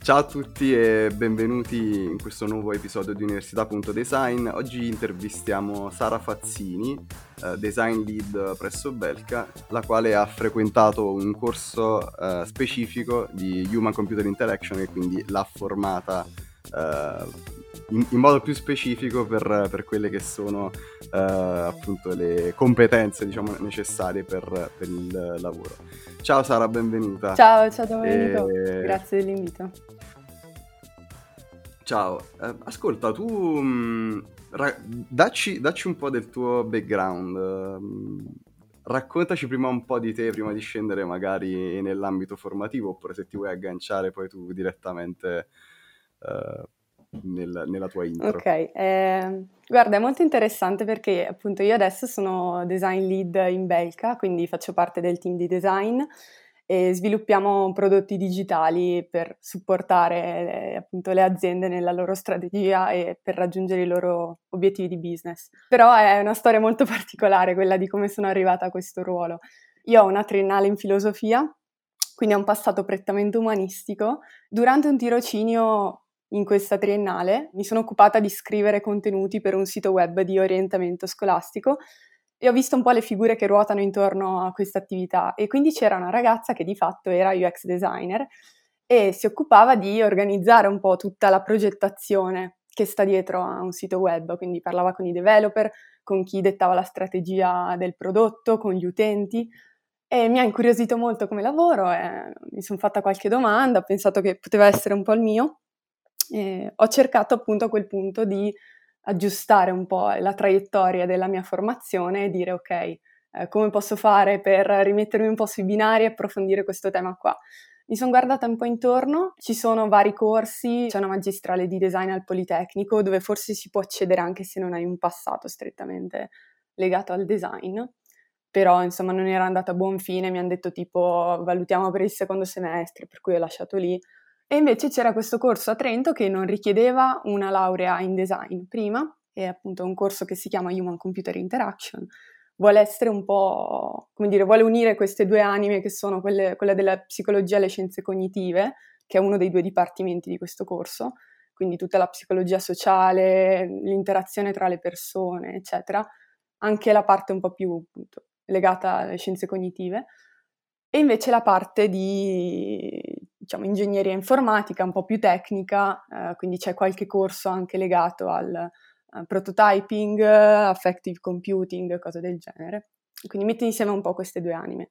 Ciao a tutti e benvenuti in questo nuovo episodio di Università.design. Oggi intervistiamo Sara Fazzini, design lead presso Belka, la quale ha frequentato un corso specifico di Human Computer Interaction e quindi l'ha formata in modo più specifico per quelle che sono appunto le competenze, diciamo, necessarie per il lavoro. Ciao Sara, benvenuta. Ciao Domenico, grazie dell'invito. Ciao, ascolta, tu dacci un po' del tuo background, raccontaci prima un po' di te, prima di scendere magari nell'ambito formativo, oppure se ti vuoi agganciare poi tu direttamente nella tua intro. Ok, guarda, è molto interessante perché appunto io adesso sono design lead in Belka, quindi faccio parte del team di design e sviluppiamo prodotti digitali per supportare appunto le aziende nella loro strategia e per raggiungere i loro obiettivi di business. Però è una storia molto particolare quella di come sono arrivata a questo ruolo. Io ho una triennale in filosofia, quindi ho un passato prettamente umanistico. Durante un tirocinio in questa triennale mi sono occupata di scrivere contenuti per un sito web di orientamento scolastico e ho visto un po' le figure che ruotano intorno a questa attività e quindi c'era una ragazza che di fatto era UX designer e si occupava di organizzare un po' tutta la progettazione che sta dietro a un sito web, quindi parlava con i developer, con chi dettava la strategia del prodotto, con gli utenti e mi ha incuriosito molto come lavoro e mi sono fatta qualche domanda, ho pensato che poteva essere un po' il mio e ho cercato appunto a quel punto di aggiustare un po' la traiettoria della mia formazione e dire ok, come posso fare per rimettermi un po' sui binari e approfondire questo tema qua. Mi sono guardata un po' intorno, ci sono vari corsi, c'è una magistrale di design al Politecnico dove forse si può accedere anche se non hai un passato strettamente legato al design, però insomma non era andata a buon fine, mi hanno detto tipo valutiamo per il secondo semestre, per cui ho lasciato lì. E invece c'era questo corso a Trento che non richiedeva una laurea in design prima, è appunto un corso che si chiama Human Computer Interaction, vuole essere un po', come dire, vuole unire queste due anime che sono quella della psicologia e le scienze cognitive, che è uno dei due dipartimenti di questo corso, quindi tutta la psicologia sociale, l'interazione tra le persone, eccetera, anche la parte un po' più appunto, legata alle scienze cognitive, e invece la parte di, diciamo, ingegneria informatica, un po' più tecnica, quindi c'è qualche corso anche legato al prototyping, affective computing, cose del genere. Quindi mette insieme un po' queste due anime.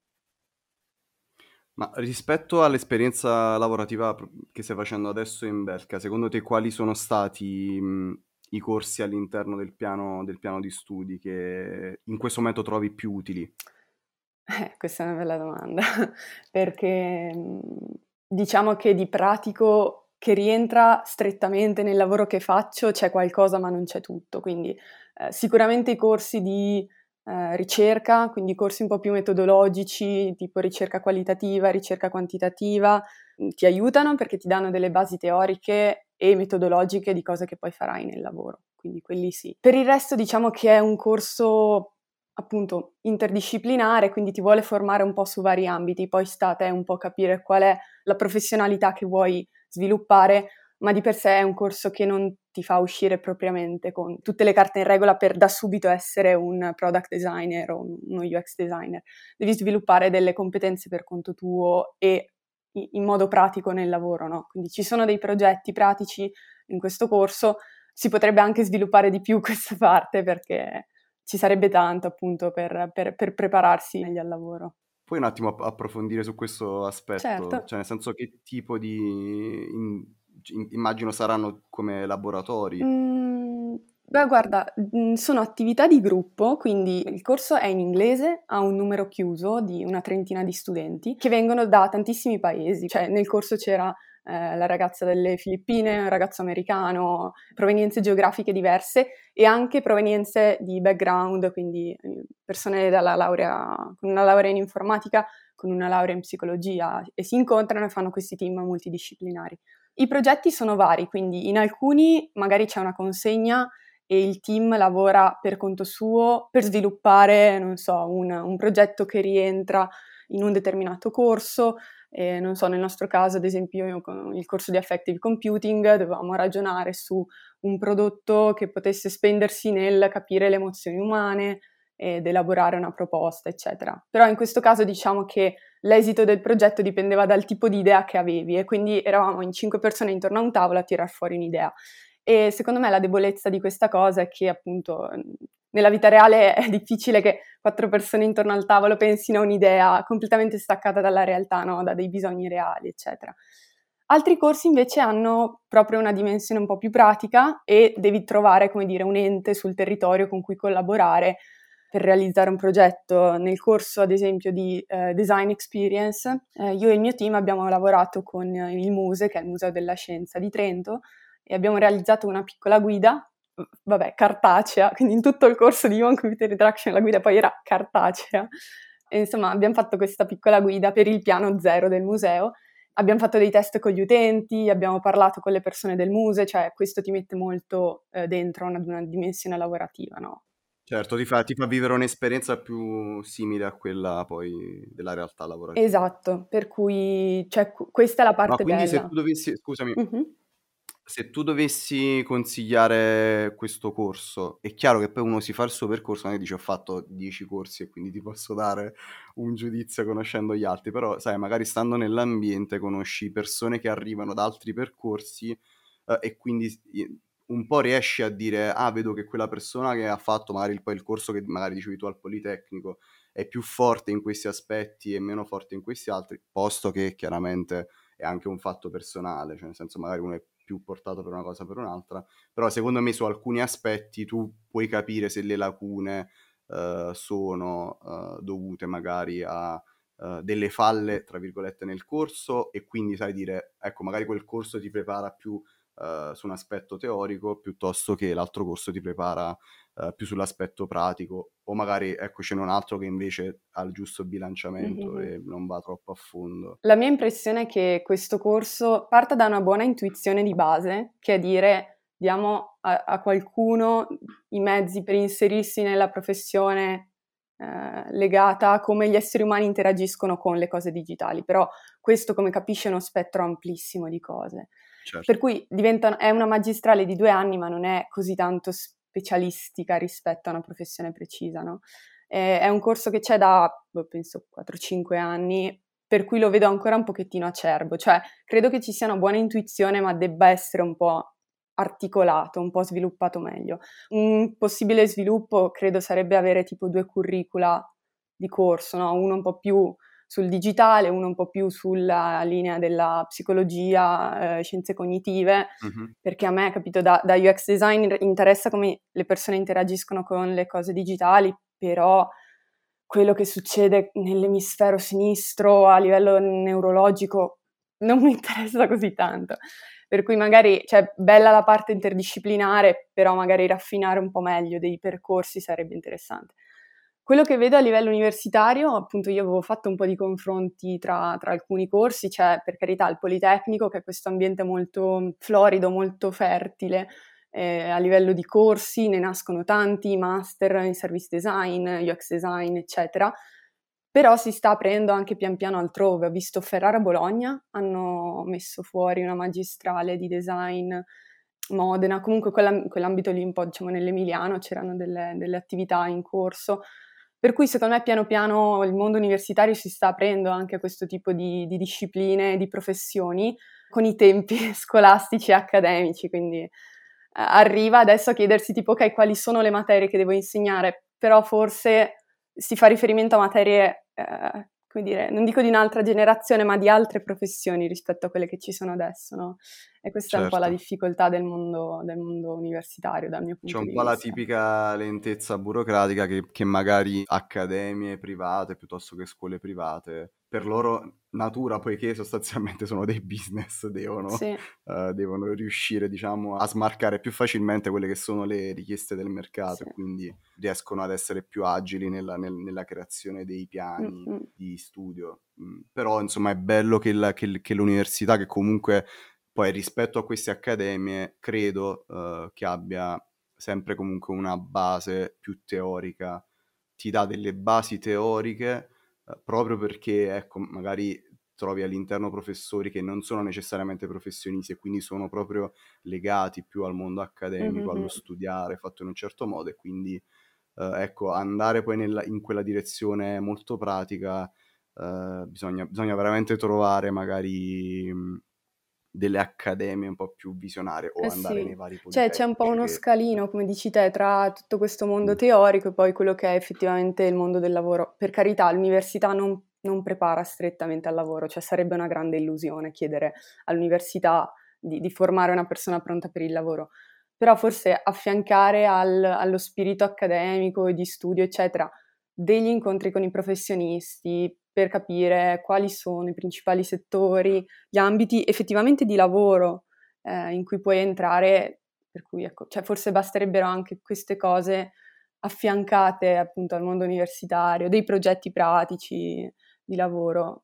Ma rispetto all'esperienza lavorativa che stai facendo adesso in Belka, secondo te quali sono stati i corsi all'interno del piano di studi che in questo momento trovi più utili? Questa è una bella domanda, perché diciamo che di pratico che rientra strettamente nel lavoro che faccio c'è qualcosa ma non c'è tutto, quindi sicuramente i corsi di ricerca, quindi corsi un po' più metodologici, tipo ricerca qualitativa, ricerca quantitativa, ti aiutano perché ti danno delle basi teoriche e metodologiche di cose che poi farai nel lavoro, quindi quelli sì. Per il resto diciamo che è un corso appunto interdisciplinare, quindi ti vuole formare un po' su vari ambiti, poi sta a te un po' capire qual è la professionalità che vuoi sviluppare, ma di per sé è un corso che non ti fa uscire propriamente con tutte le carte in regola per da subito essere un product designer o uno UX designer. Devi sviluppare delle competenze per conto tuo e in modo pratico nel lavoro, no? Quindi ci sono dei progetti pratici in questo corso, si potrebbe anche sviluppare di più questa parte perché ci sarebbe tanto appunto per prepararsi meglio al lavoro. Puoi un attimo approfondire su questo aspetto? Certo. Cioè, nel senso, che tipo di immagino saranno come laboratori. Beh, guarda, sono attività di gruppo, quindi il corso è in inglese, ha un numero chiuso di una trentina di studenti che vengono da tantissimi paesi. Cioè, nel corso c'era la ragazza delle Filippine, un ragazzo americano, provenienze geografiche diverse e anche provenienze di background, quindi persone dalla laurea, con una laurea in informatica, con una laurea in psicologia e si incontrano e fanno questi team multidisciplinari. I progetti sono vari, quindi in alcuni magari c'è una consegna e il team lavora per conto suo per sviluppare, non so, un progetto che rientra in un determinato corso, Non so, nel nostro caso, ad esempio, io con il corso di Affective Computing dovevamo ragionare su un prodotto che potesse spendersi nel capire le emozioni umane ed elaborare una proposta, eccetera. Però in questo caso diciamo che l'esito del progetto dipendeva dal tipo di idea che avevi e quindi eravamo in 5 persone intorno a un tavolo a tirar fuori un'idea. E secondo me la debolezza di questa cosa è che appunto nella vita reale è difficile che 4 persone intorno al tavolo pensino a un'idea completamente staccata dalla realtà, no? Da dei bisogni reali, eccetera. Altri corsi invece hanno proprio una dimensione un po' più pratica e devi trovare, come dire, un ente sul territorio con cui collaborare per realizzare un progetto. Nel corso, ad esempio, di Design Experience, io e il mio team abbiamo lavorato con il MUSE, che è il Museo della Scienza di Trento, e abbiamo realizzato una piccola guida, vabbè, cartacea, quindi in tutto il corso di Human Computer Interaction la guida poi era cartacea. E insomma, abbiamo fatto questa piccola guida per il piano zero del museo. Abbiamo fatto dei test con gli utenti, abbiamo parlato con le persone del MUSE, cioè questo ti mette molto dentro una dimensione lavorativa, no? Certo, ti fa vivere un'esperienza più simile a quella poi della realtà lavorativa. Esatto, per cui cioè, questa è la Ma parte quindi se bella. tu dovessi, scusami, Mhm. se tu dovessi consigliare questo corso, è chiaro che poi uno si fa il suo percorso, non è che dice ho fatto 10 corsi e quindi ti posso dare un giudizio conoscendo gli altri, però sai, magari stando nell'ambiente conosci persone che arrivano da altri percorsi e quindi un po' riesci a dire, ah, vedo che quella persona che ha fatto magari poi il corso che magari dicevi tu al Politecnico è più forte in questi aspetti e meno forte in questi altri, posto che chiaramente è anche un fatto personale, cioè nel senso magari uno è più portato per una cosa o per un'altra, però secondo me su alcuni aspetti tu puoi capire se le lacune sono dovute magari a delle falle, tra virgolette, nel corso e quindi sai dire, ecco, magari quel corso ti prepara più su un aspetto teorico piuttosto che l'altro corso ti prepara più sull'aspetto pratico o magari ecco ce n'è un altro che invece ha il giusto bilanciamento Mhm. e non va troppo a fondo. La mia impressione è che questo corso parta da una buona intuizione di base, che è dire diamo a qualcuno i mezzi per inserirsi nella professione legata a come gli esseri umani interagiscono con le cose digitali, però questo, come capisci, è uno spettro amplissimo di cose. Per Certo. cui è una magistrale di 2 anni, ma non è così tanto specialistica rispetto a una professione precisa, no? È un corso che c'è da, penso, 4-5 anni, per cui lo vedo ancora un pochettino acerbo, cioè credo che ci sia una buona intuizione, ma debba essere un po' articolato, un po' sviluppato meglio. Un possibile sviluppo credo sarebbe avere tipo 2 curricula di corso, no? Uno un po' più sul digitale, uno un po' più sulla linea della psicologia, scienze cognitive, Mhm. perché a me, capito, da UX design interessa come le persone interagiscono con le cose digitali, però quello che succede nell'emisfero sinistro a livello neurologico non mi interessa così tanto. Per cui magari, cioè, bella la parte interdisciplinare, però magari raffinare un po' meglio dei percorsi sarebbe interessante. Quello che vedo a livello universitario, appunto io avevo fatto un po' di confronti tra alcuni corsi, c'è per carità il Politecnico, che è questo ambiente molto florido, molto fertile, a livello di corsi ne nascono tanti, master in service design, UX design, eccetera, però si sta aprendo anche pian piano altrove. Ho visto Ferrara Bologna, hanno messo fuori una magistrale di design, Modena, comunque quell'ambito lì un po' diciamo nell'Emiliano c'erano delle attività in corso, per cui secondo me piano piano il mondo universitario si sta aprendo anche a questo tipo di discipline, di professioni, con i tempi scolastici e accademici, quindi arriva adesso a chiedersi tipo ok, quali sono le materie che devo insegnare, però forse si fa riferimento a materie, come dire, non dico di un'altra generazione, ma di altre professioni rispetto a quelle che ci sono adesso, no? E questa è un po' la Certo. difficoltà del mondo universitario dal mio C'è punto un di po' la vista. tipica lentezza burocratica che magari accademie private piuttosto che scuole private, per loro natura, poiché sostanzialmente sono dei business, devono, Sì, devono riuscire, diciamo, a smarcare più facilmente quelle che sono le richieste del mercato sì. e quindi riescono ad essere più agili nella creazione dei Mm, piani mm. di studio. Però, insomma, è bello che l'università, che comunque poi rispetto a queste accademie, credo che abbia sempre comunque una base più teorica, ti dà delle basi teoriche proprio perché, ecco, magari trovi all'interno professori che non sono necessariamente professionisti e quindi sono proprio legati più al mondo accademico, allo studiare fatto in un certo modo, e quindi ecco, andare poi in quella direzione molto pratica, bisogna veramente trovare magari delle accademie un po' più visionarie o Eh andare nei sì, vari cioè c'è un po' politecnici uno che... scalino, come dici te, tra tutto questo mondo Mm. teorico e poi quello che è effettivamente il mondo del lavoro. Per carità, l'università non prepara strettamente al lavoro, cioè sarebbe una grande illusione chiedere all'università di formare una persona pronta per il lavoro. Però forse affiancare allo spirito accademico e di studio, eccetera, degli incontri con i professionisti per capire quali sono i principali settori, gli ambiti effettivamente di lavoro in cui puoi entrare, per cui ecco, cioè forse basterebbero anche queste cose affiancate appunto al mondo universitario, dei progetti pratici di lavoro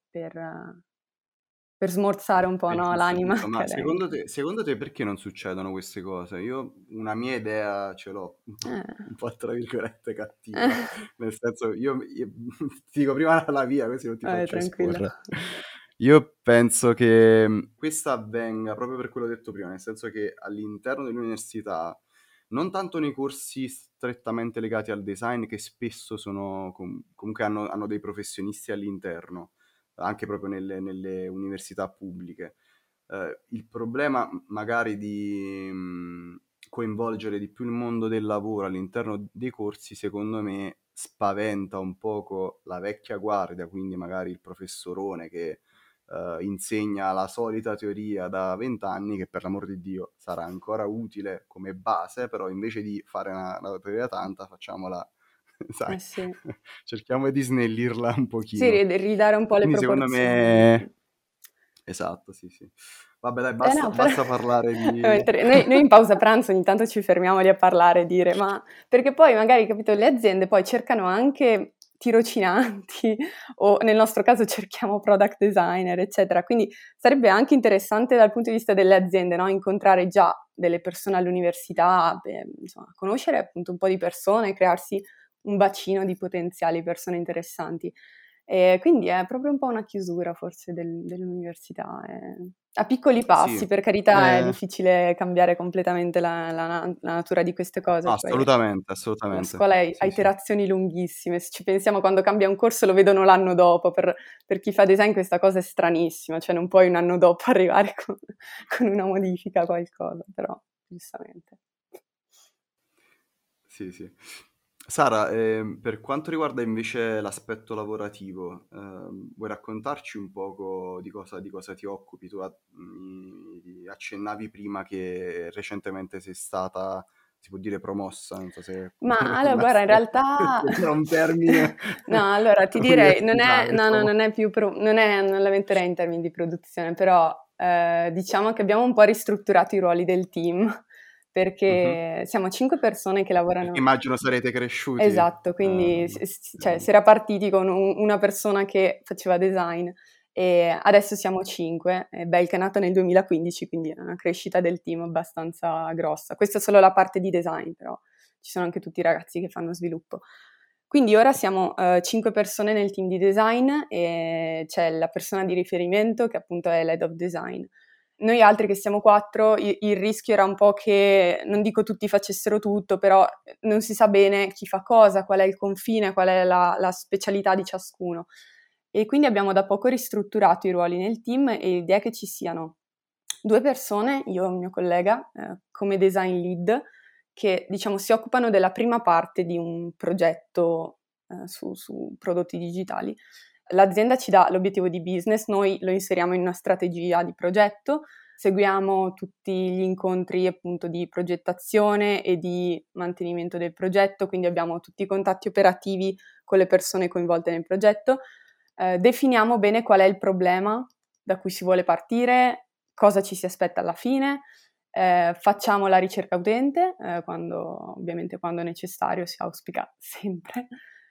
per smorzare un po', no, Giusto, l'anima giusto. Ma accademica. secondo te perché non succedono queste cose? Io una mia idea ce l'ho, un po' tra virgolette cattiva, nel senso io ti dico prima la via così non ti faccio Tranquilla. esporre. Io penso che questa avvenga proprio per quello detto prima, nel senso che all'interno dell'università, non tanto nei corsi strettamente legati al design, che spesso sono comunque hanno dei professionisti all'interno, anche proprio nelle università pubbliche. Il problema magari di coinvolgere di più il mondo del lavoro all'interno dei corsi, secondo me, spaventa un poco la vecchia guardia, quindi magari il professorone che insegna la solita teoria da 20 anni, che per l'amor di Dio sarà ancora utile come base, però invece di fare una teoria tanta, facciamola, sai, Sì. cerchiamo di snellirla un Sì, pochino. ridare un po' le Quindi secondo proporzioni. me... Esatto, sì, sì. Vabbè, dai, No, però basta parlare di... mentre noi in pausa pranzo ogni tanto ci fermiamo lì a parlare e dire, ma perché poi magari, capito, le aziende poi cercano anche tirocinanti o nel nostro caso cerchiamo product designer, eccetera. Quindi sarebbe anche interessante dal punto di vista delle aziende, no? Incontrare già delle persone all'università, insomma, conoscere appunto un po' di persone, crearsi un bacino di potenziali persone interessanti. E quindi è proprio un po' una chiusura forse dell'università. A piccoli Sì, passi, per carità, è difficile cambiare completamente la natura di queste cose. Poi assolutamente, la assolutamente. scuola ha Sì, sì. iterazioni lunghissime. Se ci pensiamo, quando cambia un corso lo vedono l'anno dopo. Per chi fa design questa cosa è stranissima, cioè non puoi un anno dopo arrivare con una modifica a qualcosa, però giustamente. Sì, sì. Sara, per quanto riguarda invece l'aspetto lavorativo, vuoi raccontarci un poco di cosa ti occupi? Tu mi accennavi prima che recentemente sei stata, si può dire, promossa, non so se Ma è allora guarda, in realtà un termine no, allora ti direi, universitario, insomma. non è più non la metterei in termini di produzione, però diciamo che abbiamo un po' ristrutturato i ruoli del team, Mhm. perché siamo 5 persone che Perché lavorano. immagino sarete cresciuti. Esatto, quindi cioè, si era partiti con una persona che faceva design e adesso siamo 5, Belka è nata nel 2015, quindi è una crescita del team abbastanza grossa. Questa è solo la parte di design, però ci sono anche tutti i ragazzi che fanno sviluppo. Quindi ora siamo 5 persone nel team di design e c'è la persona di riferimento che appunto è l'head of design. Noi altri che siamo 4, il rischio era un po' che, non dico tutti facessero tutto, però non si sa bene chi fa cosa, qual è il confine, qual è la specialità di ciascuno. E quindi abbiamo da poco ristrutturato i ruoli nel team e l'idea è che ci siano 2 persone, io e un mio collega, come design lead, che diciamo si occupano della prima parte di un progetto su prodotti digitali. L'azienda ci dà l'obiettivo di business, noi lo inseriamo in una strategia di progetto, seguiamo tutti gli incontri appunto di progettazione e di mantenimento del progetto, quindi abbiamo tutti i contatti operativi con le persone coinvolte nel progetto, definiamo bene qual è il problema da cui si vuole partire, cosa ci si aspetta alla fine, facciamo la ricerca utente, ovviamente quando è necessario, si auspica sempre,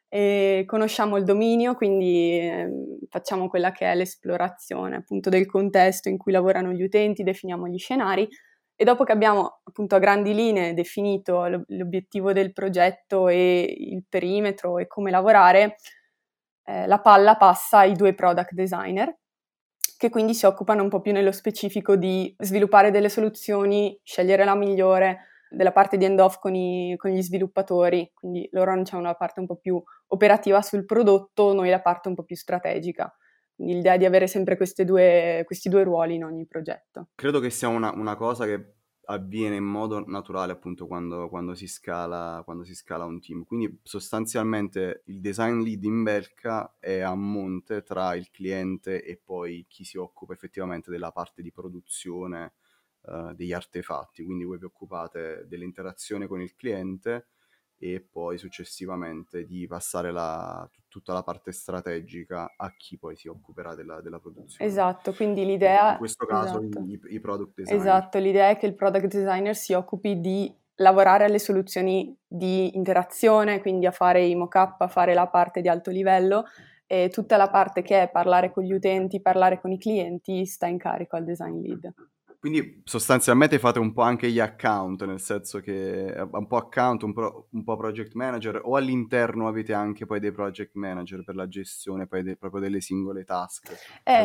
e conosciamo il dominio, quindi facciamo quella che è l'esplorazione appunto del contesto in cui lavorano gli utenti, definiamo gli scenari e dopo che abbiamo appunto a grandi linee definito l'obiettivo del progetto e il perimetro e come lavorare, la palla passa ai 2 product designer che quindi si occupano un po' più nello specifico di sviluppare delle soluzioni, scegliere la migliore, della parte di hand-off con gli sviluppatori, quindi loro hanno una parte un po' più operativa sul prodotto, noi la parte un po' più strategica. Quindi l'idea è di avere sempre questi due ruoli in ogni progetto. Credo che sia una cosa che avviene in modo naturale appunto quando si scala un team. Quindi sostanzialmente il design lead in Belka è a monte tra il cliente e poi chi si occupa effettivamente della parte di produzione degli artefatti. Quindi voi vi occupate dell'interazione con il cliente e poi successivamente di passare tutta la parte strategica a chi poi si occuperà della produzione. Esatto, quindi In l'idea... questo caso Esatto. i product designer. Esatto, l'idea è che il product designer si occupi di lavorare alle soluzioni di interazione, quindi a fare i mock-up, a fare la parte di alto livello, e tutta la parte che è parlare con gli utenti, parlare con i clienti, sta in carico al design lead. Quindi sostanzialmente fate un po' anche gli account, nel senso che un po' account, un po' project manager, o all'interno avete anche poi dei project manager per la gestione poi proprio delle singole task.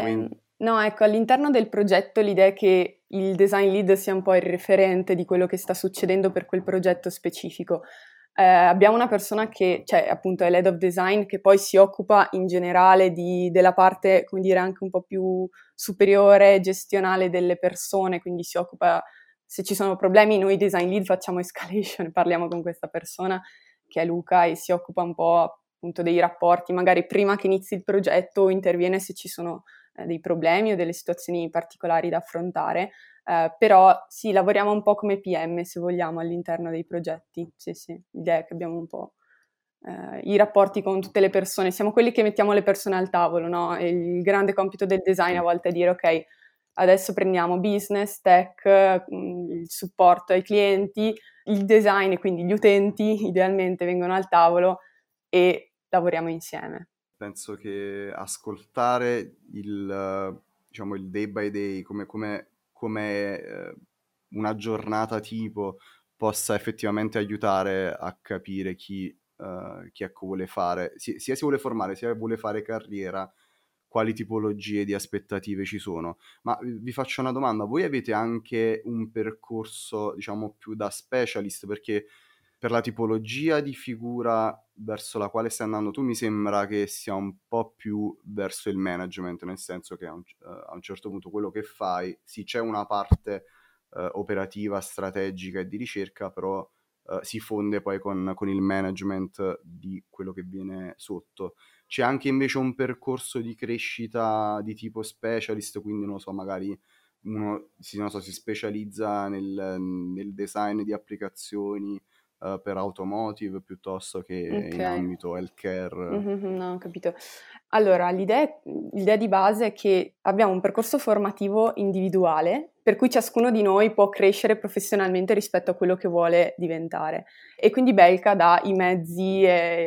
No, ecco, all'interno del progetto l'idea è che il design lead sia un po' il referente di quello che sta succedendo per quel progetto specifico. Abbiamo una persona che, cioè appunto è l'head of design, che poi si occupa in generale della parte, come dire, anche un po' più superiore, gestionale delle persone, quindi si occupa, se ci sono problemi, noi design lead facciamo escalation, parliamo con questa persona che è Luca e si occupa un po' appunto dei rapporti, magari prima che inizi il progetto interviene se ci sono dei problemi o delle situazioni particolari da affrontare, però sì, lavoriamo un po' come PM, se vogliamo, all'interno dei progetti. Sì, l'idea è che abbiamo un po' i rapporti con tutte le persone, siamo quelli che mettiamo le persone al tavolo, no? E il grande compito del design a volte è dire ok, adesso prendiamo business, tech, il supporto ai clienti, il design e quindi gli utenti idealmente vengono al tavolo e lavoriamo insieme. Penso che ascoltare diciamo, il day by day, come una giornata tipo, possa effettivamente aiutare a capire chi ecco, vuole fare, sia si vuole formare, sia vuole fare carriera, quali tipologie di aspettative ci sono. Ma vi faccio una domanda, voi avete anche un percorso, diciamo, più da specialist, perché per la tipologia di figura verso la quale stai andando tu mi sembra che sia un po' più verso il management, nel senso che a un certo punto quello che fai, sì, c'è una parte operativa, strategica e di ricerca, però si fonde poi con il management di quello che viene sotto. C'è anche invece un percorso di crescita di tipo specialist, quindi non lo so, magari uno si specializza nel design di applicazioni per automotive piuttosto che in Ok. ambito healthcare. No, ho capito. Allora, l'idea di base è che abbiamo un percorso formativo individuale, per cui ciascuno di noi può crescere professionalmente rispetto a quello che vuole diventare. E quindi Belka dà i mezzi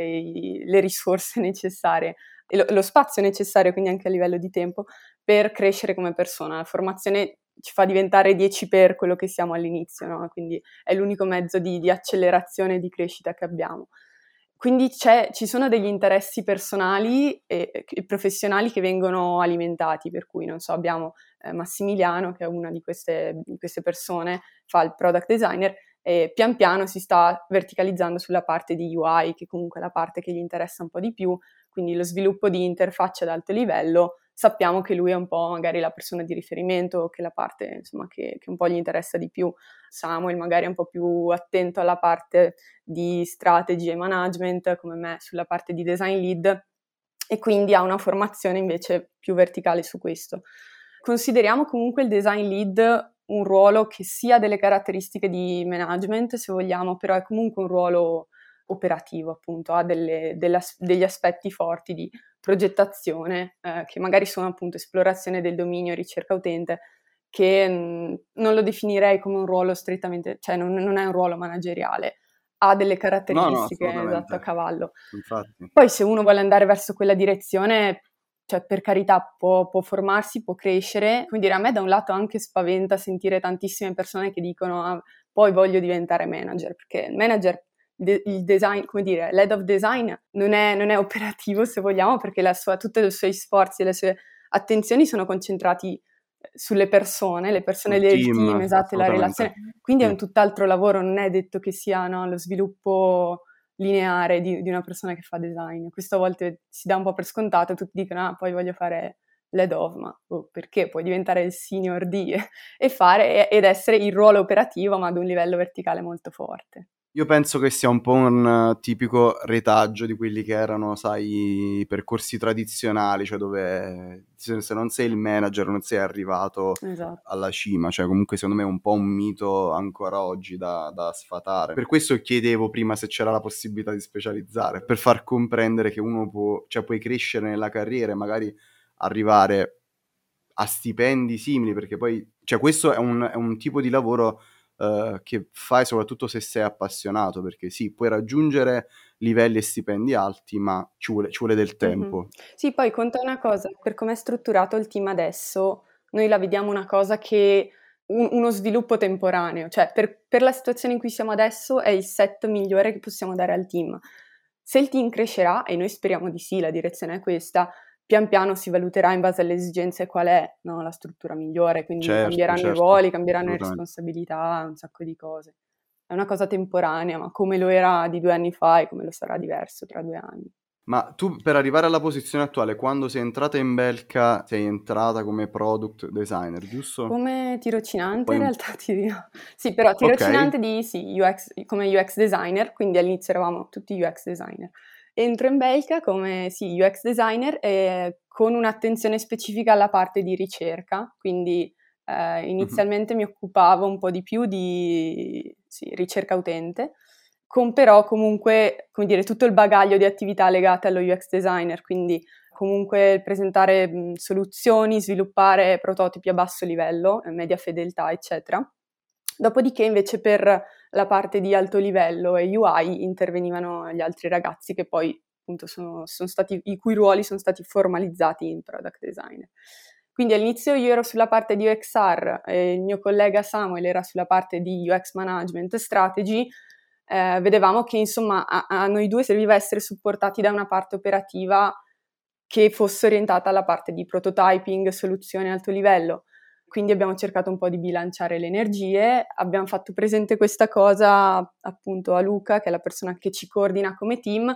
e le risorse necessarie e lo spazio necessario, quindi anche a livello di tempo, per crescere come persona. La formazione ci fa diventare 10 per quello che siamo all'inizio, no? Quindi è l'unico mezzo di accelerazione e di crescita che abbiamo. Quindi ci sono degli interessi personali e professionali che vengono alimentati, per cui, non so, abbiamo Massimiliano, che è una di queste persone, fa il product designer, e pian piano si sta verticalizzando sulla parte di UI, che comunque è la parte che gli interessa un po' di più, quindi lo sviluppo di interfacce ad alto livello. Sappiamo che lui è un po' magari la persona di riferimento, che è la parte, insomma, che un po' gli interessa di più. Samuel magari è un po' più attento alla parte di strategy e management, come me sulla parte di design lead, e quindi ha una formazione invece più verticale su questo. Consideriamo comunque il design lead un ruolo che sia delle caratteristiche di management, se vogliamo, però è comunque un ruolo operativo, appunto, ha degli aspetti forti di progettazione, che magari sono appunto esplorazione del dominio, ricerca utente, che non lo definirei come un ruolo strettamente, cioè non è un ruolo manageriale, ha delle No, caratteristiche, esatto, a assolutamente. cavallo. Infatti. Poi se uno vuole andare verso quella direzione, cioè per carità può formarsi, può crescere. Come dire, a me da un lato anche spaventa sentire tantissime persone che dicono poi voglio diventare manager, perché il manager, il design, come dire, l'head of design non è operativo se vogliamo, perché tutti i suoi sforzi e le sue attenzioni sono concentrati sulle persone, le persone Sul del team, team, esatto, e la assolutamente. relazione. Quindi è Sì. un tutt'altro lavoro, non è detto che sia, no, lo sviluppo lineare di una persona che fa design. Questo a volte si dà un po' per scontato, tutti dicono, ah, poi voglio fare l'head of, ma perché? Puoi diventare il senior D e fare ed essere il ruolo operativo, ma ad un livello verticale molto forte. Io penso che sia un po' un tipico retaggio di quelli che erano, sai, i percorsi tradizionali, cioè dove se non sei il manager non sei arrivato Esatto. alla cima, cioè comunque secondo me è un po' un mito ancora oggi da sfatare. Per questo chiedevo prima se c'era la possibilità di specializzare, per far comprendere che uno puoi crescere nella carriera e magari arrivare a stipendi simili, perché poi, cioè questo è un tipo di lavoro che fai soprattutto se sei appassionato, perché sì, puoi raggiungere livelli e stipendi alti, ma ci vuole del tempo. Sì, poi conta una cosa, per come è strutturato il team adesso, noi la vediamo una cosa che uno sviluppo temporaneo, cioè per la situazione in cui siamo adesso è il set migliore che possiamo dare al team. Se il team crescerà, e noi speriamo di sì, la direzione è questa, pian piano si valuterà in base alle esigenze qual è, no, la struttura migliore, quindi cambieranno i Certo, ruoli, cambieranno le assolutamente. responsabilità, un sacco di cose. È una cosa temporanea, ma come lo era di 2 anni fa e come lo sarà diverso tra 2 anni. Ma tu per arrivare alla posizione attuale, quando sei entrata in Belka, sei entrata come product designer, giusto? Come E tirocinante poi in realtà ti dirò. Sì, però ok. tirocinante di sì, UX, come UX designer, quindi all'inizio eravamo tutti UX designer. Entro in Belka come sì, UX designer con un'attenzione specifica alla parte di ricerca, quindi Mhm. inizialmente mi occupavo un po' di più di sì, ricerca utente, con però comunque, come dire, tutto il bagaglio di attività legate allo UX designer, quindi comunque presentare soluzioni, sviluppare prototipi a basso livello, media fedeltà, eccetera. Dopodiché invece per la parte di alto livello e UI intervenivano gli altri ragazzi che poi appunto sono stati, i cui ruoli sono stati formalizzati in product designer. Quindi all'inizio io ero sulla parte di UXR e il mio collega Samuel era sulla parte di UX management e strategy. Vedevamo che insomma a noi due serviva essere supportati da una parte operativa che fosse orientata alla parte di prototyping, soluzioni a alto livello. Quindi abbiamo cercato un po' di bilanciare le energie, abbiamo fatto presente questa cosa appunto a Luca, che è la persona che ci coordina come team,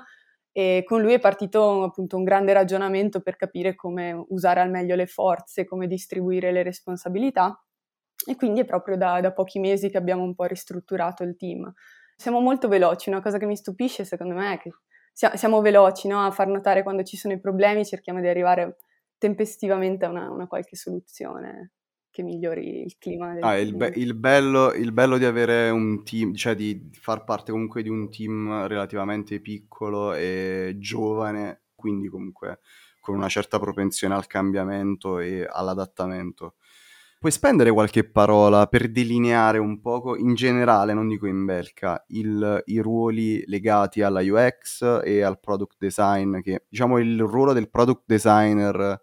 e con lui è partito appunto un grande ragionamento per capire come usare al meglio le forze, come distribuire le responsabilità, e quindi è proprio da pochi mesi che abbiamo un po' ristrutturato il team. Siamo molto veloci, una cosa che mi stupisce secondo me è che siamo veloci, no, a far notare quando ci sono i problemi, cerchiamo di arrivare tempestivamente a una qualche soluzione che migliori il clima del Ah, team. il bello di avere un team, cioè di far parte comunque di un team relativamente piccolo e giovane, quindi comunque con una certa propensione al cambiamento e all'adattamento. Puoi spendere qualche parola per delineare un poco, in generale, non dico in Belka, i ruoli legati alla UX e al product design, che diciamo il ruolo del product designer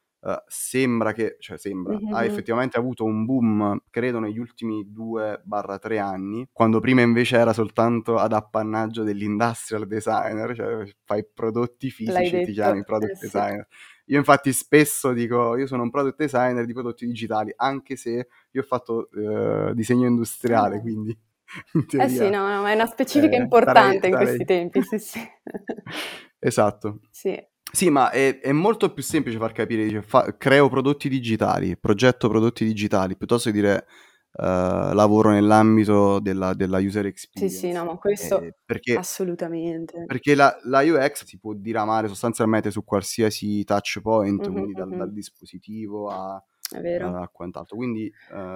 ha Mh-mh-mh. effettivamente avuto un boom, credo, negli ultimi 2-3 anni, quando prima invece era soltanto ad appannaggio dell'industrial designer, cioè fai prodotti L'hai fisici e ti chiami detto, product sì. designer. Io infatti spesso dico, io sono un product designer di prodotti digitali, anche se io ho fatto disegno industriale, Ah. quindi in Eh sì, teoria no, no, ma è una specifica sarei importante in questi tempi, sì, sì. esatto. Sì. Sì, ma è molto più semplice far capire, dice, creo prodotti digitali, progetto prodotti digitali, piuttosto che dire lavoro nell'ambito della user Sì, sì, no, experience. ma questo Perché, assolutamente. perché la UX si può diramare sostanzialmente su qualsiasi touch point, Mh-mh, quindi dal mh-mh. dispositivo È vero. a quant'altro. Quindi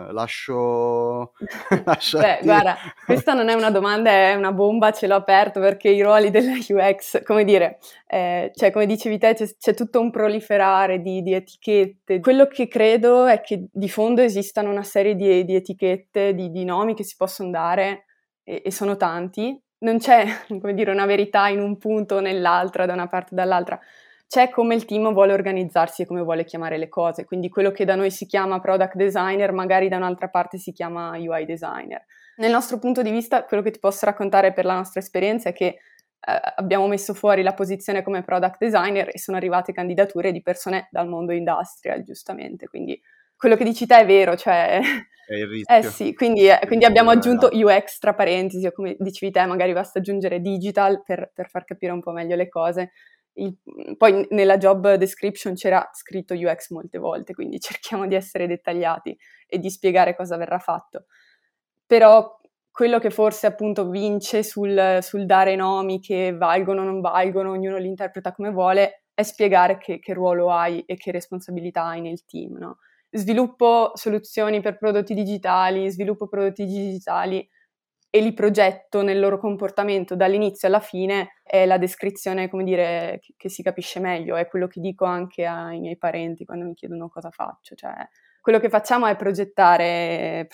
lascio a Beh, te. guarda, questa non è una domanda, è una bomba a cielo aperto perché i ruoli della UX, come dire, cioè come dicevi te, c'è tutto un proliferare di etichette. Quello che credo è che di fondo esistano una serie di etichette, di nomi che si possono dare e sono tanti. Non c'è, come dire, una verità in un punto o nell'altra, da una parte o dall'altra. C'è come il team vuole organizzarsi e come vuole chiamare le cose, quindi quello che da noi si chiama product designer magari da un'altra parte si chiama UI designer. Nel nostro punto di vista, quello che ti posso raccontare per la nostra esperienza è che abbiamo messo fuori la posizione come product designer e sono arrivate candidature di persone dal mondo industrial, giustamente, quindi quello che dici te è vero, cioè... È il rischio. Sì, quindi abbiamo aggiunto UX tra parentesi, o come dicevi te, magari basta aggiungere digital per far capire un po' meglio le cose. Poi nella job description c'era scritto UX molte volte, quindi cerchiamo di essere dettagliati e di spiegare cosa verrà fatto. Però quello che forse appunto vince sul dare nomi che valgono o non valgono, ognuno li interpreta come vuole, è spiegare che ruolo hai e che responsabilità hai nel team, no? Sviluppo soluzioni per prodotti digitali, sviluppo prodotti digitali e li progetto nel loro comportamento dall'inizio alla fine, è la descrizione, come dire, che si capisce meglio, è quello che dico anche ai miei parenti quando mi chiedono cosa faccio, cioè quello che facciamo è progettare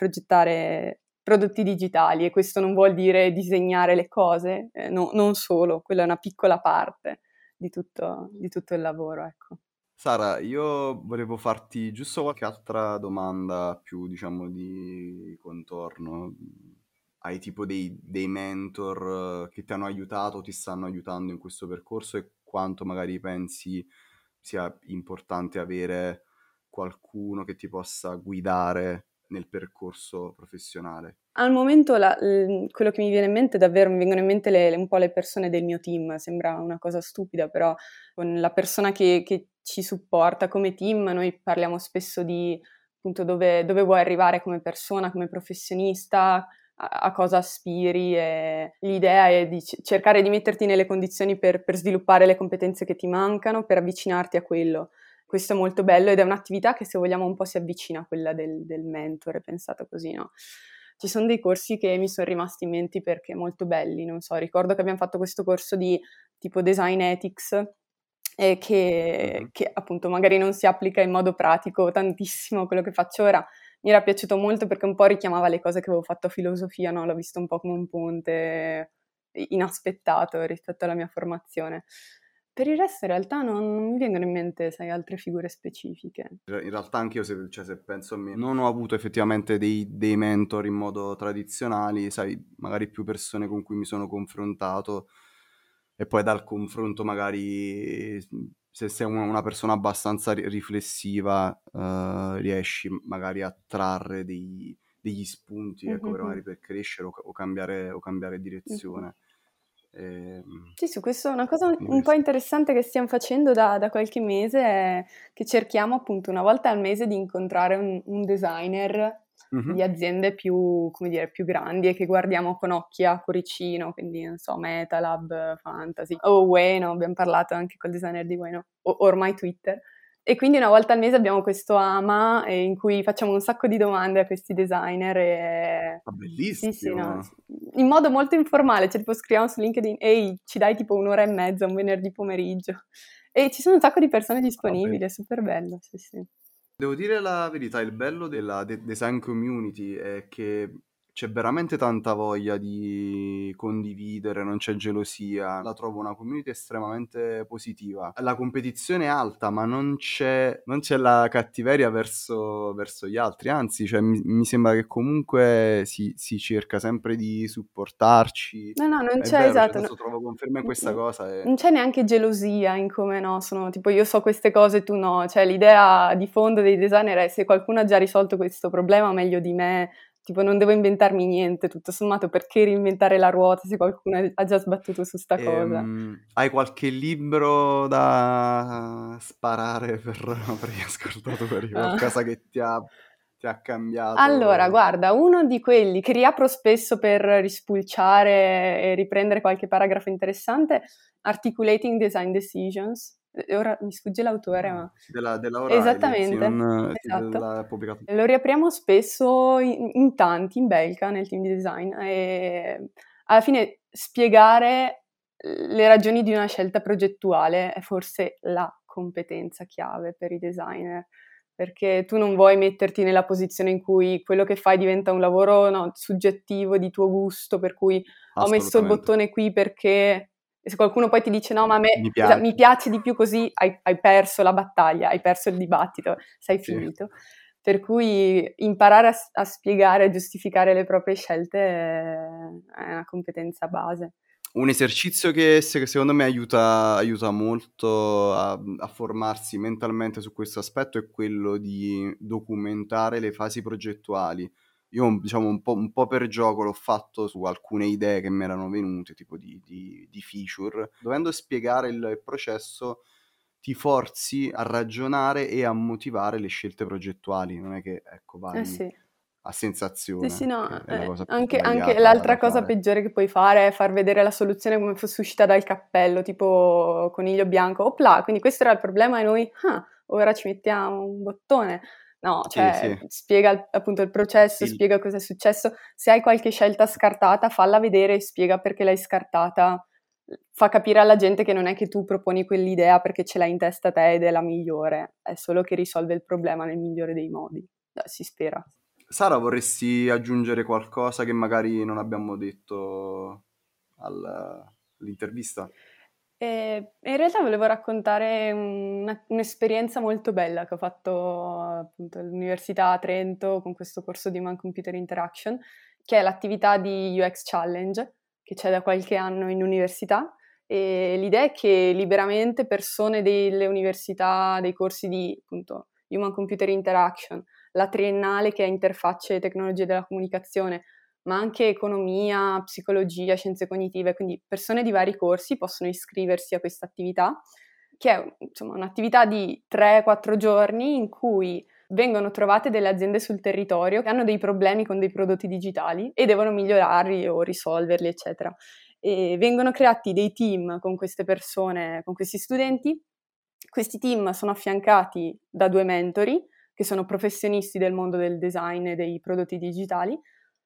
prodotti digitali e questo non vuol dire disegnare le cose, non solo, quella è una piccola parte di tutto il lavoro, ecco. Sara, io volevo farti giusto qualche altra domanda più, diciamo, di contorno. Hai tipo dei mentor che ti hanno aiutato, ti stanno aiutando in questo percorso e quanto magari pensi sia importante avere qualcuno che ti possa guidare nel percorso professionale? Al momento quello che mi viene in mente davvero, mi vengono in mente un po' le persone del mio team, sembra una cosa stupida, però con la persona che ci supporta come team noi parliamo spesso di appunto dove vuoi arrivare come persona, come professionista, a cosa aspiri e l'idea è di cercare di metterti nelle condizioni per sviluppare le competenze che ti mancano, per avvicinarti a quello. Questo è molto bello ed è un'attività che se vogliamo un po' si avvicina a quella del mentore, pensata così, no? Ci sono dei corsi che mi sono rimasti in mente perché molto belli, non so, ricordo che abbiamo fatto questo corso di tipo design ethics e Mhm. che appunto magari non si applica in modo pratico tantissimo a quello che faccio ora. Mi era piaciuto molto perché un po' richiamava le cose che avevo fatto a filosofia, no? L'ho visto un po' come un ponte inaspettato rispetto alla mia formazione. Per il resto in realtà non mi vengono in mente, sai, altre figure specifiche. In realtà anche io, se penso a me, non ho avuto effettivamente dei mentor in modo tradizionale, sai, magari più persone con cui mi sono confrontato e poi dal confronto magari, se sei una persona abbastanza riflessiva, riesci magari a trarre degli spunti, ecco, Mhm, magari per crescere o cambiare mhm. direzione. Ehm, Sì, su questo una cosa quindi un po' questo. interessante che stiamo facendo da qualche mese è che cerchiamo appunto una volta al mese di incontrare un designer Mhm. di aziende più, come dire, più grandi e che guardiamo con occhi a cuoricino, quindi non so, Metalab, Fantasy o Ueno, abbiamo parlato anche col designer di Ueno, o ormai Twitter. E quindi una volta al mese abbiamo questo AMA in cui facciamo un sacco di domande a questi designer e Ma sì, sì, no, bellissimo! in modo molto informale, cioè tipo scriviamo su LinkedIn, ehi, ci dai tipo un'ora e mezza, un venerdì pomeriggio. E ci sono un sacco di persone Ah, disponibili, è super bello, sì, sì. devo dire la verità, il bello della design community è che c'è veramente tanta voglia di condividere, non c'è gelosia. La trovo una community estremamente positiva. La competizione è alta, ma non c'è la cattiveria verso gli altri. Anzi, cioè, mi sembra che comunque si cerca sempre di supportarci. No, no, non È c'è, vero, cioè esatto, no, adesso trovo conferma in questa mm, cosa. non c'è neanche gelosia in come no, sono tipo io so queste cose e tu no, cioè l'idea di fondo dei designer è se qualcuno ha già risolto questo problema meglio di me, tipo non devo inventarmi niente, tutto sommato perché reinventare la ruota se qualcuno ha già sbattuto su sta cosa. Hai qualche libro da sparare per gli ascoltatori? Ah. Qualcosa che ti ha Allora, cambiato? guarda, uno di quelli che riapro spesso per rispulciare e riprendere qualche paragrafo interessante, Articulating Design Decisions. E ora mi sfugge l'autore, Ah, ma della O'Reilly, sì, esattamente, sì, esatto. l'ha pubblicato. Lo riapriamo spesso in tanti, in Belka, nel team di design, e alla fine spiegare le ragioni di una scelta progettuale è forse la competenza chiave per i designer, perché tu non vuoi metterti nella posizione in cui quello che fai diventa un lavoro, no, soggettivo, di tuo gusto, per cui ho messo il Assolutamente. bottone qui perché... E se qualcuno poi ti dice no, ma a me Mi piace. mi piace di più così, hai perso la battaglia, hai perso il dibattito, sei Sì. finito. Per cui imparare a spiegare e giustificare le proprie scelte è una competenza base. Un esercizio che secondo me aiuta molto a formarsi mentalmente su questo aspetto è quello di documentare le fasi progettuali. Io, diciamo, un po' per gioco l'ho fatto su alcune idee che m'erano venute, tipo di feature. Dovendo spiegare il processo, ti forzi a ragionare e a motivare le scelte progettuali. Non è che, ecco, Eh vai sì. a Sì, sì, sensazione, che no, è la cosa più anche sbagliata l'altra da cosa fare. peggiore che puoi fare è far vedere la soluzione come fosse uscita dal cappello, tipo coniglio bianco, opla, quindi questo era il problema e noi, ora ci mettiamo un bottone. No, Sì, cioè sì, spiega appunto il processo, il spiega cosa è successo. Se hai qualche scelta scartata, falla vedere e spiega perché l'hai scartata. Fa capire alla gente che non è che tu proponi quell'idea perché ce l'hai in testa te ed è la migliore, è solo che risolve il problema nel migliore dei modi. Si spera. Sara, vorresti aggiungere qualcosa che magari non abbiamo detto all'intervista? In realtà volevo raccontare un'esperienza molto bella che ho fatto appunto all'Università a Trento con questo corso di Human Computer Interaction, che è l'attività di UX Challenge che c'è da qualche anno in università. E l'idea è che liberamente persone delle università, dei corsi di appunto Human Computer Interaction, la triennale che è interfacce e tecnologie della comunicazione, ma anche economia, psicologia, scienze cognitive, quindi persone di vari corsi possono iscriversi a questa attività, che è insomma un'attività di 3-4 giorni in cui vengono trovate delle aziende sul territorio che hanno dei problemi con dei prodotti digitali e devono migliorarli o risolverli, eccetera. E vengono creati dei team con queste persone, con questi studenti. Questi team sono affiancati da 2 mentori, che sono professionisti del mondo del design e dei prodotti digitali,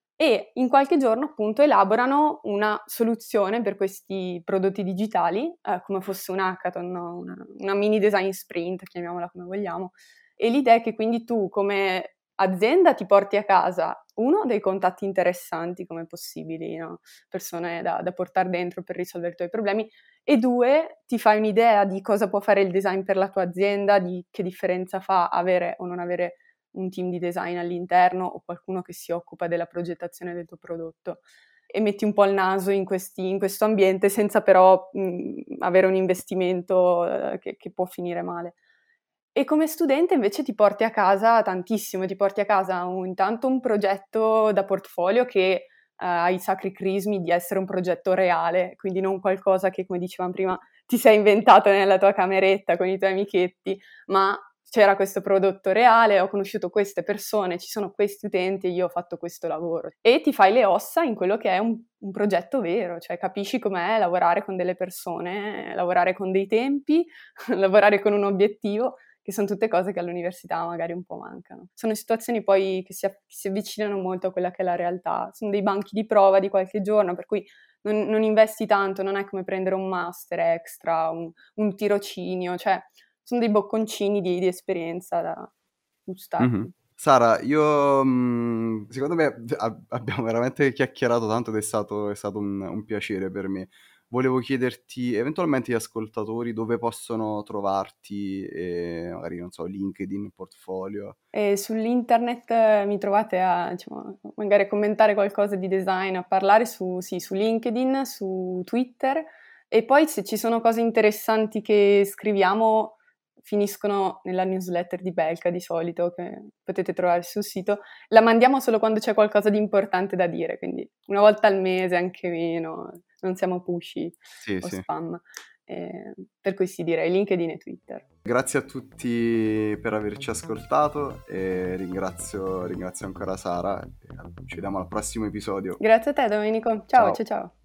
e in qualche giorno appunto elaborano una soluzione per questi prodotti digitali, come fosse un hackathon, no? Una mini design sprint, chiamiamola come vogliamo. E l'idea è che quindi tu come azienda ti porti a casa uno dei contatti interessanti come possibili, no? Persone da portare dentro per risolvere i tuoi problemi, e due ti fai un'idea di cosa può fare il design per la tua azienda, di che differenza fa avere o non avere un team di design all'interno o qualcuno che si occupa della progettazione del tuo prodotto, e metti un po' il naso in questo ambiente senza però avere un investimento che può finire male. E come studente invece ti porti a casa tantissimo, ti porti a casa intanto un progetto da portfolio che ha i sacri crismi di essere un progetto reale, quindi non qualcosa che, come dicevamo prima, ti sei inventato nella tua cameretta con i tuoi amichetti, ma c'era questo prodotto reale, ho conosciuto queste persone, ci sono questi utenti e io ho fatto questo lavoro. E ti fai le ossa in quello che è un progetto vero, cioè capisci com'è lavorare con delle persone, lavorare con dei tempi, lavorare con un obiettivo, che sono tutte cose che all'università magari un po' mancano. Sono situazioni poi che si avvicinano molto a quella che è la realtà, sono dei banchi di prova di qualche giorno, per cui non investi tanto, non è come prendere un master extra, un tirocinio, cioè sono dei bocconcini di esperienza da Mh-mh. gustarti. Sara, io, secondo me abbiamo veramente chiacchierato tanto ed è stato un piacere per me. Volevo chiederti, eventualmente gli ascoltatori dove possono trovarti e magari, non so, LinkedIn, portfolio. E sull'internet mi trovate a, diciamo, magari a commentare qualcosa di design, a parlare su LinkedIn, su Twitter, e poi se ci sono cose interessanti che scriviamo finiscono nella newsletter di Belka di solito, che potete trovare sul sito. La mandiamo solo quando c'è qualcosa di importante da dire, quindi una volta al mese, anche meno, non siamo pushy Sì, o sì. spam. Per cui sì, direi LinkedIn e Twitter. Grazie a tutti per averci ascoltato e ringrazio ancora Sara e ci vediamo al prossimo episodio. Grazie a te Domenico, ciao Ciao. ciao ciao.